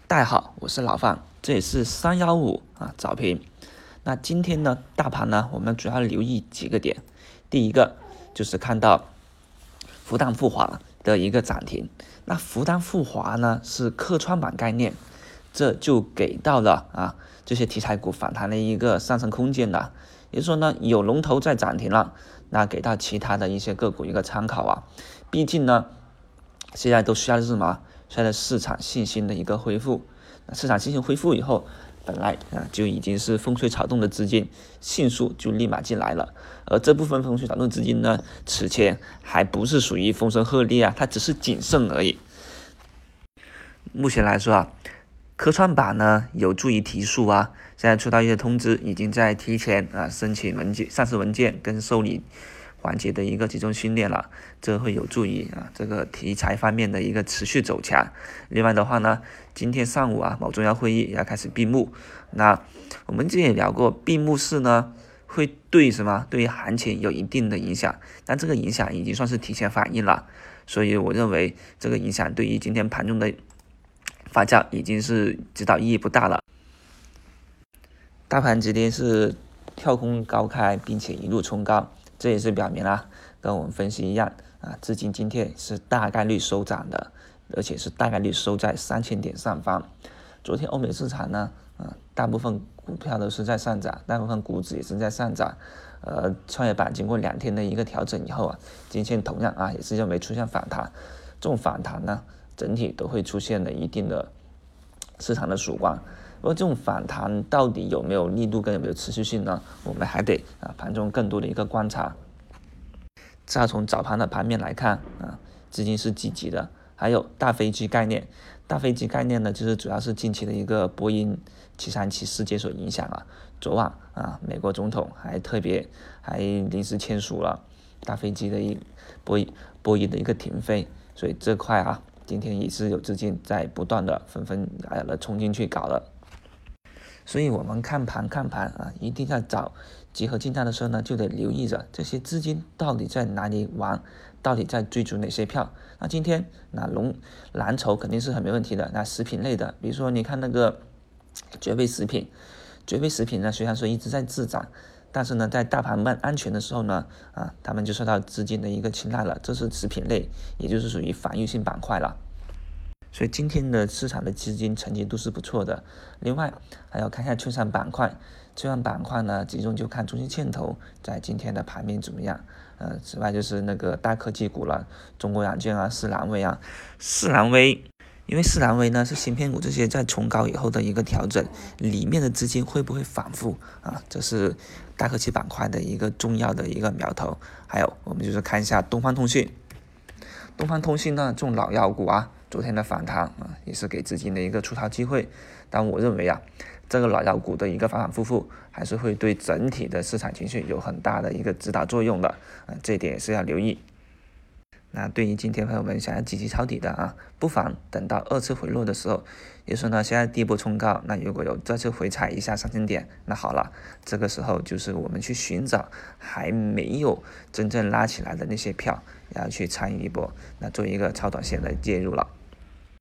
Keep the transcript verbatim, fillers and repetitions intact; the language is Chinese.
大家好，我是老范，这里是三一五啊早评。那今天呢，大盘呢，我们主要留意几个点。第一个就是看到复旦复华的一个涨停。那复旦复华呢是科创板概念，这就给到了啊这些题材股反弹的一个上升空间的。也就是说呢，有龙头在涨停了，那给到其他的一些个股一个参考啊。毕竟呢，现在都需要的是什么？现在市场信心的一个恢复，那市场信心恢复以后，本来啊就已经是风吹草动的资金，迅速就立马进来了。而这部分风吹草动资金呢，此前还不是属于风声鹤唳啊，它只是谨慎而已。目前来说啊，科创板呢有助于提速啊，现在出到一些通知，已经在提前啊申请文件、上市文件跟受理环节的一个集中训练了，这会有助于啊这个题材方面的一个持续走强。另外的话呢，今天上午啊某重要会议也要开始闭幕，那我们之前也聊过，闭幕式呢会对什么对行情有一定的影响，但这个影响已经算是提前反应了，所以我认为这个影响对于今天盘中的发酵已经是指导意义不大了。大盘今天是跳空高开，并且一路冲高。这也是表明了，跟我们分析一样啊，资金今天是大概率收涨的，而且是大概率收在三千点上方。昨天欧美市场呢，啊，大部分股票都是在上涨，大部分股指也是在上涨。呃，创业板经过两天的一个调整以后啊，今天同样啊也是认为出现反弹。这种反弹呢，整体都会出现了一定的市场的曙光。不过这种反弹到底有没有力度跟有没有持续性呢？我们还得啊盘中更多的一个观察。再从早盘的盘面来看啊，资金是积极的，还有大飞机概念。大飞机概念呢，就是主要是近期的一个波音七三七事件所影响啊。昨晚啊，美国总统还特别还临时签署了大飞机的一波波音的一个停飞，所以这块啊，今天也是有资金在不断的纷纷来了冲进去搞了。所以我们看盘看盘啊，一定要找集合进场的时候呢，就得留意着这些资金到底在哪里玩，到底在追逐哪些票。那今天那龙蓝筹肯定是很没问题的。那食品类的，比如说你看那个绝味食品，绝味食品呢虽然说一直在滞涨，但是呢在大盘慢安全的时候呢，啊他们就受到资金的一个青睐了，这是食品类，也就是属于防御性板块了。所以今天的市场的资金成绩都是不错的。另外还要看一下券商板块，券商板块呢集中就看中信建投在今天的盘面怎么样。呃，此外就是那个大科技股了，中国软件啊、士兰微啊、士兰微，因为士兰微呢是芯片股这些在冲高以后的一个调整，里面的资金会不会反复啊？这是大科技板块的一个重要的一个苗头。还有我们就是看一下东方通讯，东方通讯呢这种老妖股啊。昨天的反弹啊，也是给资金的一个出逃机会，但我认为啊，这个老妖股的一个反反复复，还是会对整体的市场情绪有很大的一个指导作用的，啊，这一点也是要留意。那对于今天朋友们想要积极抄底的啊，不妨等到二次回落的时候，也就是说呢，现在第一波冲高，那如果有再次回踩一下三千点，那好了，这个时候就是我们去寻找还没有真正拉起来的那些票，然后去参与一波，那做一个超短线的介入了。